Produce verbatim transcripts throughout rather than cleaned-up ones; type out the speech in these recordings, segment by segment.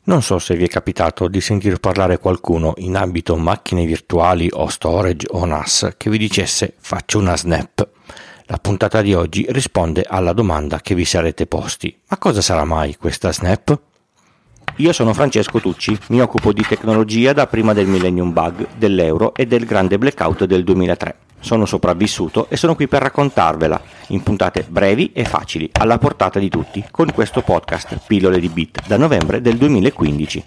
Non so se vi è capitato di sentir parlare qualcuno in ambito macchine virtuali o storage o N A S che vi dicesse faccio una snap. La puntata di oggi risponde alla domanda che vi sarete posti: ma cosa sarà mai questa snap? Io sono Francesco Tucci, mi occupo di tecnologia da prima del Millennium Bug, dell'euro e del grande blackout del duemilatré. Sono sopravvissuto e sono qui per raccontarvela in puntate brevi e facili, alla portata di tutti, con questo podcast Pillole di Bit da novembre del duemilaquindici.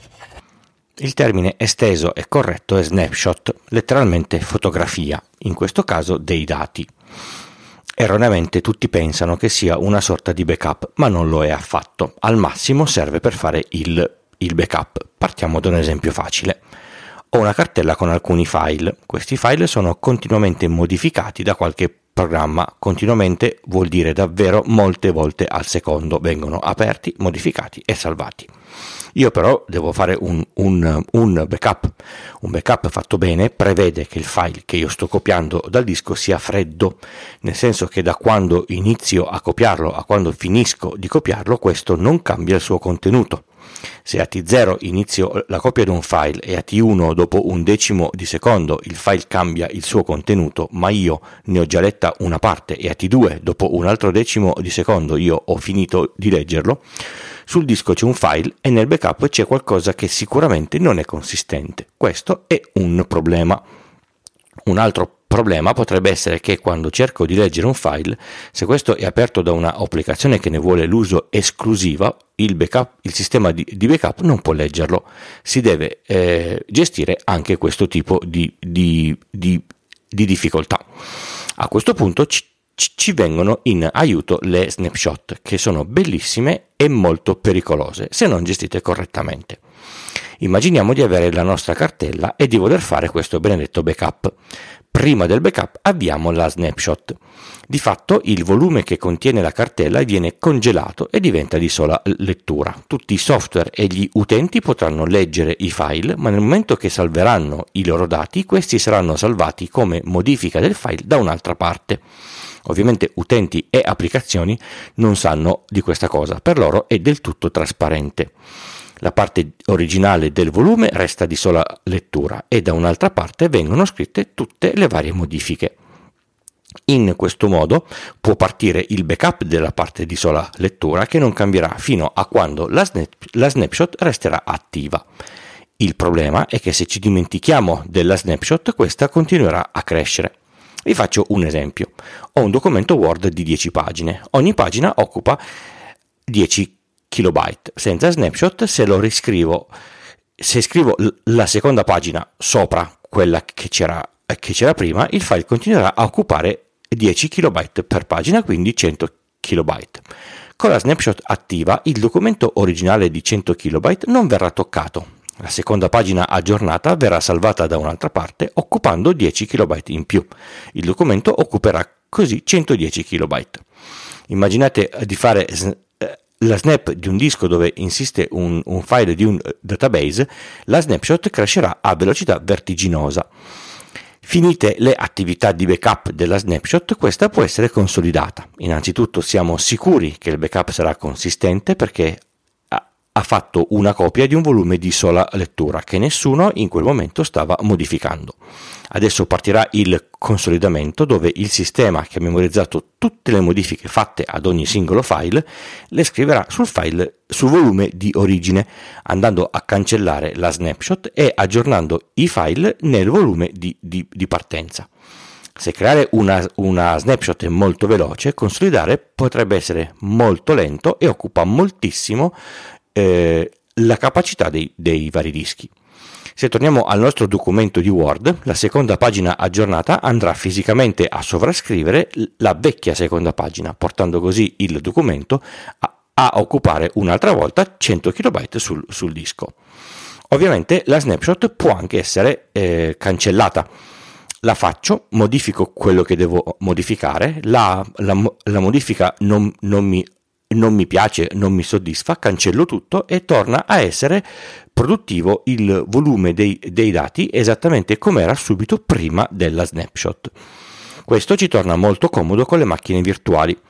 Il termine esteso e corretto è snapshot, letteralmente fotografia, in questo caso dei dati. Erroneamente tutti pensano che sia una sorta di backup, ma non lo è affatto. Al massimo serve per fare il, il backup. Partiamo da un esempio facile. Ho una cartella con alcuni file. Questi file sono continuamente modificati da qualche programma. Continuamente vuol dire davvero molte volte al secondo. Vengono aperti, modificati e salvati. Io però devo fare un, un, un backup. Un backup fatto bene prevede che il file che io sto copiando dal disco sia freddo, nel senso che da quando inizio a copiarlo a quando finisco di copiarlo, questo non cambia il suo contenuto. Se a T zero inizio la copia di un file e a T uno dopo un decimo di secondo il file cambia il suo contenuto, ma io ne ho già letta una parte e a T due dopo un altro decimo di secondo io ho finito di leggerlo, sul disco c'è un file e nel backup c'è qualcosa che sicuramente non è consistente. Questo è un problema. Un altro problema potrebbe essere che quando cerco di leggere un file, se questo è aperto da una applicazione che ne vuole l'uso esclusiva, il backup, il sistema di, di backup non può leggerlo. Si deve eh, gestire anche questo tipo di, di, di, di difficoltà. A questo punto ci, ci vengono in aiuto le snapshot, che sono bellissime e molto pericolose se non gestite correttamente. Immaginiamo di avere la nostra cartella e di voler fare questo benedetto backup. Prima del backup abbiamo la snapshot. Di fatto il volume che contiene la cartella viene congelato e diventa di sola lettura. Tutti i software e gli utenti potranno leggere i file, ma nel momento che salveranno i loro dati, questi saranno salvati come modifica del file da un'altra parte. Ovviamente utenti e applicazioni non sanno di questa cosa, per loro è del tutto trasparente. La parte originale del volume resta di sola lettura e da un'altra parte vengono scritte tutte le varie modifiche. In questo modo può partire il backup della parte di sola lettura, che non cambierà fino a quando la, snap, la snapshot resterà attiva. Il problema è che se ci dimentichiamo della snapshot, questa continuerà a crescere. Vi faccio un esempio. Ho un documento Word di dieci pagine. Ogni pagina occupa dieci kilobyte. Senza snapshot, se lo riscrivo, se scrivo la seconda pagina sopra quella che c'era, che c'era prima, il file continuerà a occupare dieci kilobyte per pagina, quindi cento kilobyte. Con la snapshot attiva, il documento originale di cento kilobyte non verrà toccato. La seconda pagina aggiornata verrà salvata da un'altra parte, occupando dieci kilobyte in più. Il documento occuperà così centodieci kilobyte. Immaginate di fare la snap di un disco dove insiste un, un file di un database. La snapshot crescerà a velocità vertiginosa. Finite le attività di backup della snapshot, questa può essere consolidata. Innanzitutto siamo sicuri che il backup sarà consistente perché ha fatto una copia di un volume di sola lettura che nessuno in quel momento stava modificando. Adesso partirà il consolidamento, dove il sistema che ha memorizzato tutte le modifiche fatte ad ogni singolo file le scriverà sul file, sul volume di origine, andando a cancellare la snapshot e aggiornando i file nel volume di, di, di partenza. Se creare una, una snapshot è molto veloce, consolidare potrebbe essere molto lento e occupa moltissimo Eh, la capacità dei, dei vari dischi. Se torniamo al nostro documento di Word, la seconda pagina aggiornata andrà fisicamente a sovrascrivere la vecchia seconda pagina, portando così il documento a, a occupare un'altra volta cento kilobyte sul, sul disco. Ovviamente la snapshot può anche essere eh, cancellata. La faccio, modifico quello che devo modificare, la, la, la modifica non, non mi non mi piace, non mi soddisfa, cancello tutto e torna a essere produttivo il volume dei, dei dati esattamente come era subito prima della snapshot. Questo ci torna molto comodo con le macchine virtuali.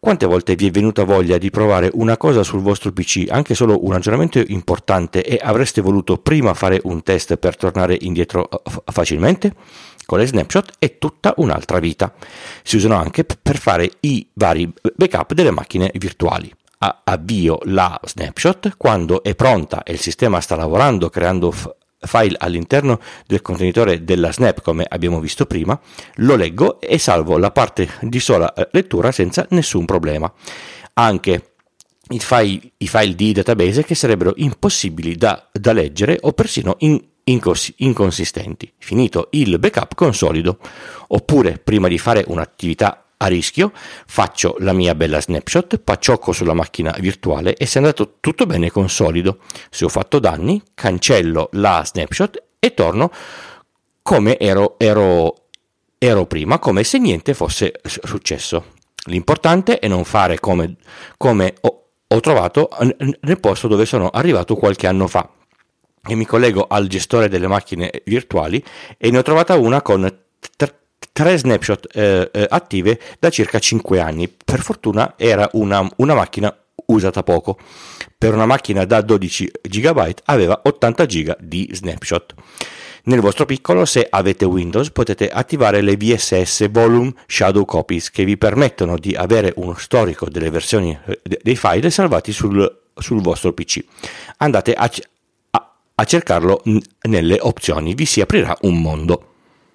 Quante volte vi è venuta voglia di provare una cosa sul vostro P C, anche solo un aggiornamento importante, e avreste voluto prima fare un test per tornare indietro facilmente? Con le snapshot è tutta un'altra vita. Si usano anche per fare i vari backup delle macchine virtuali. Avvio la snapshot, quando è pronta e il sistema sta lavorando creando f- file all'interno del contenitore della snap, come abbiamo visto prima, lo leggo e salvo la parte di sola lettura senza nessun problema. Anche i file, i file di database che sarebbero impossibili da, da leggere o persino in, incos- inconsistenti. Finito il backup consolido. Oppure, prima di fare un'attività a rischio, faccio la mia bella snapshot, pacciocco sulla macchina virtuale e se è andato tutto bene consolido. Se ho fatto danni, cancello la snapshot e torno come ero, ero, ero prima, come se niente fosse successo. L'importante è non fare come, come ho, ho trovato nel posto dove sono arrivato qualche anno fa. E mi collego al gestore delle macchine virtuali e ne ho trovata una con tre tre snapshot eh, eh, attive da circa cinque anni. Per fortuna era una, una macchina usata poco. Per una macchina da dodici giga aveva ottanta giga di snapshot. Nel vostro piccolo, se avete Windows, potete attivare le V S S Volume Shadow Copies, che vi permettono di avere uno storico delle versioni dei file salvati sul, sul vostro P C. Andate a, a, a cercarlo nelle opzioni, vi si aprirà un mondo.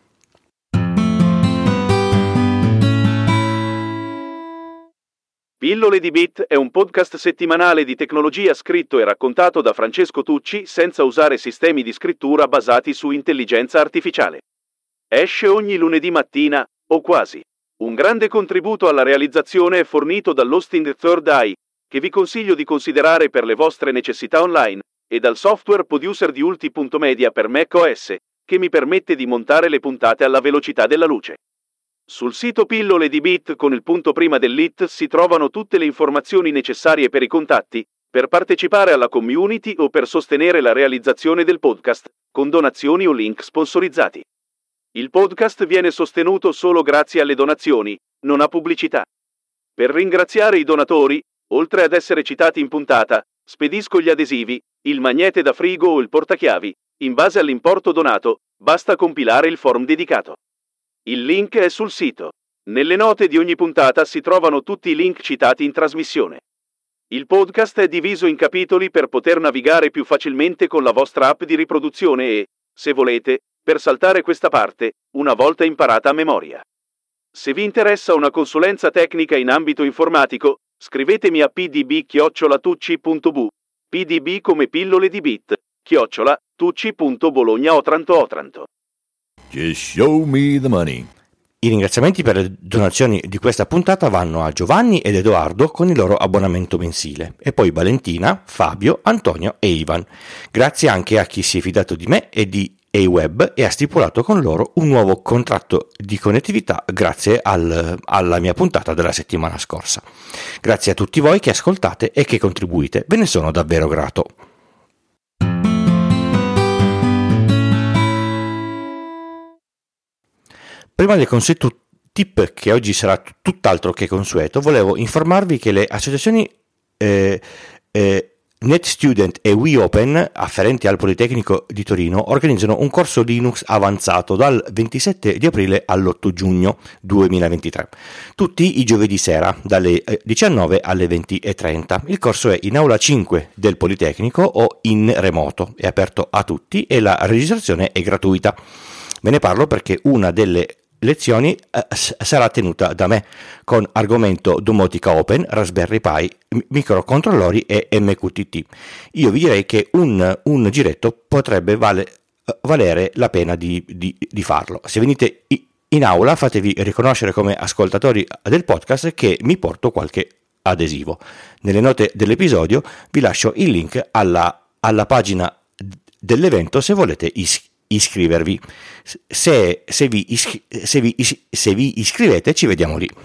Pillole di Bit è un podcast settimanale di tecnologia scritto e raccontato da Francesco Tucci senza usare sistemi di scrittura basati su intelligenza artificiale. Esce ogni lunedì mattina, o quasi. Un grande contributo alla realizzazione è fornito dall'hosting Third Eye, che vi consiglio di considerare per le vostre necessità online, e dal software producer di Ulti.media per macOS, che mi permette di montare le puntate alla velocità della luce. Sul sito Pillole di Bit con il punto prima dell'I T si trovano tutte le informazioni necessarie per i contatti, per partecipare alla community o per sostenere la realizzazione del podcast, con donazioni o link sponsorizzati. Il podcast viene sostenuto solo grazie alle donazioni, non a pubblicità. Per ringraziare i donatori, oltre ad essere citati in puntata, spedisco gli adesivi, il magnete da frigo o il portachiavi. In base all'importo donato, basta compilare il form dedicato. Il link è sul sito. Nelle note di ogni puntata si trovano tutti i link citati in trasmissione. Il podcast è diviso in capitoli per poter navigare più facilmente con la vostra app di riproduzione e, se volete, per saltare questa parte, una volta imparata a memoria. Se vi interessa una consulenza tecnica in ambito informatico, scrivetemi a p d b chiocciola tucci punto b u, pdb come pillole di bit, chiocciola tucci punto bologna otranto otranto. Just show me the money. I ringraziamenti per le donazioni di questa puntata vanno a Giovanni ed Edoardo con il loro abbonamento mensile, e poi Valentina, Fabio, Antonio e Ivan. Grazie anche a chi si è fidato di me e di A-Web e ha stipulato con loro un nuovo contratto di connettività grazie al, alla mia puntata della settimana scorsa. Grazie a tutti voi che ascoltate e che contribuite, ve ne sono davvero grato. Prima del consueto tip, che oggi sarà tutt'altro che consueto, volevo informarvi che le associazioni eh, eh, NetStudent e WeOpen, afferenti al Politecnico di Torino, organizzano un corso Linux avanzato dal ventisette di aprile all'otto giugno duemilaventitré, tutti i giovedì sera, dalle diciannove alle venti e trenta. Il corso è in aula cinque del Politecnico o in remoto, è aperto a tutti e la registrazione è gratuita. Ve ne parlo perché una delle lezioni eh, sarà tenuta da me, con argomento domotica open, Raspberry Pi, microcontrollori e M Q T T. Io vi direi che un, un giretto potrebbe vale, valere la pena di, di, di farlo. Se venite in aula, fatevi riconoscere come ascoltatori del podcast, che mi porto qualche adesivo. Nelle note dell'episodio vi lascio il link alla, alla pagina dell'evento se volete iscrivervi. iscrivervi se, se, vi iscri- se, vi is- se vi iscrivete ci vediamo lì.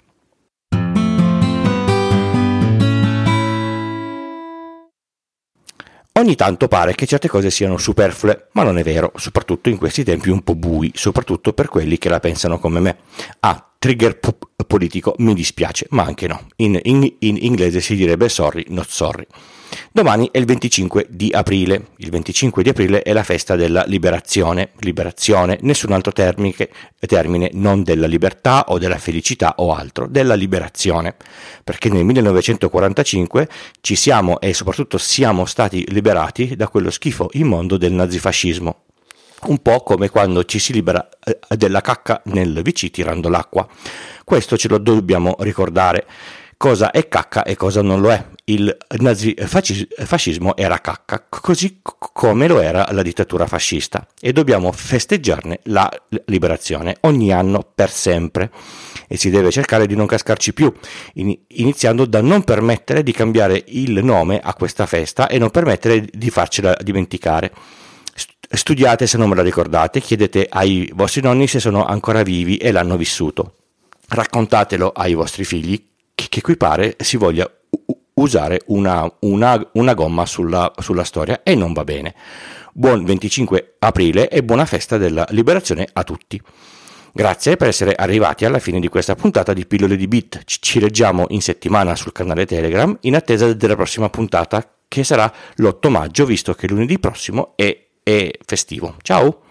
Ogni tanto pare che certe cose siano superflue, ma non è vero, soprattutto in questi tempi un po' bui, soprattutto per quelli che la pensano come me. Ah, trigger po- politico, mi dispiace, ma anche no. In, in, in inglese si direbbe sorry, not sorry. Domani è il venticinque di aprile. Il venticinque di aprile è la festa della liberazione. Liberazione, nessun altro termine, termine non della libertà o della felicità o altro, della liberazione. Perché nel millenovecentoquarantacinque ci siamo e soprattutto siamo stati liberati da quello schifo immondo del nazifascismo. Un po' come quando ci si libera della cacca nel V C tirando l'acqua. Questo ce lo dobbiamo ricordare. Cosa è cacca e cosa non lo è. Il nazifascismo era cacca, così come lo era la dittatura fascista, e dobbiamo festeggiarne la liberazione ogni anno per sempre. E si deve cercare di non cascarci più, iniziando da non permettere di cambiare il nome a questa festa e non permettere di farcela dimenticare. Studiate se non me la ricordate, chiedete ai vostri nonni se sono ancora vivi e l'hanno vissuto. Raccontatelo ai vostri figli che, che qui pare si voglia usare una, una, una gomma sulla, sulla storia e non va bene. Buon venticinque aprile e buona festa della liberazione a tutti. Grazie per essere arrivati alla fine di questa puntata di Pillole di Bit. Ci, ci leggiamo in settimana sul canale Telegram in attesa della prossima puntata che sarà l'otto maggio, visto che lunedì prossimo è, è festivo. Ciao!